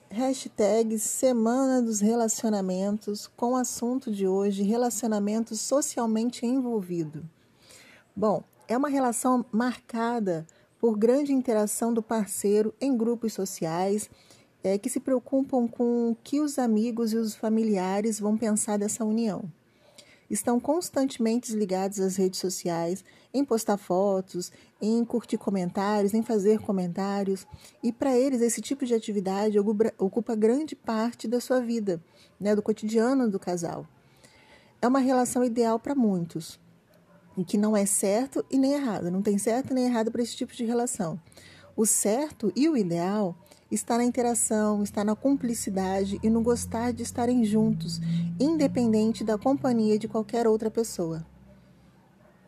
Hashtag Semana dos Relacionamentos, com o assunto de hoje, relacionamento socialmente envolvido. Bom, é uma relação marcada por grande interação do parceiro em grupos sociais, que se preocupam com o que os amigos e os familiares vão pensar dessa união. Estão constantemente ligados às redes sociais, em postar fotos, em curtir comentários, em fazer comentários. E para eles, esse tipo de atividade ocupa grande parte da sua vida, do cotidiano do casal. É uma relação ideal para muitos, e que não é certo e nem errado. Não tem certo nem errado para esse tipo de relação. O certo e o ideal está na interação, está na cumplicidade e no gostar de estarem juntos, independente da companhia de qualquer outra pessoa.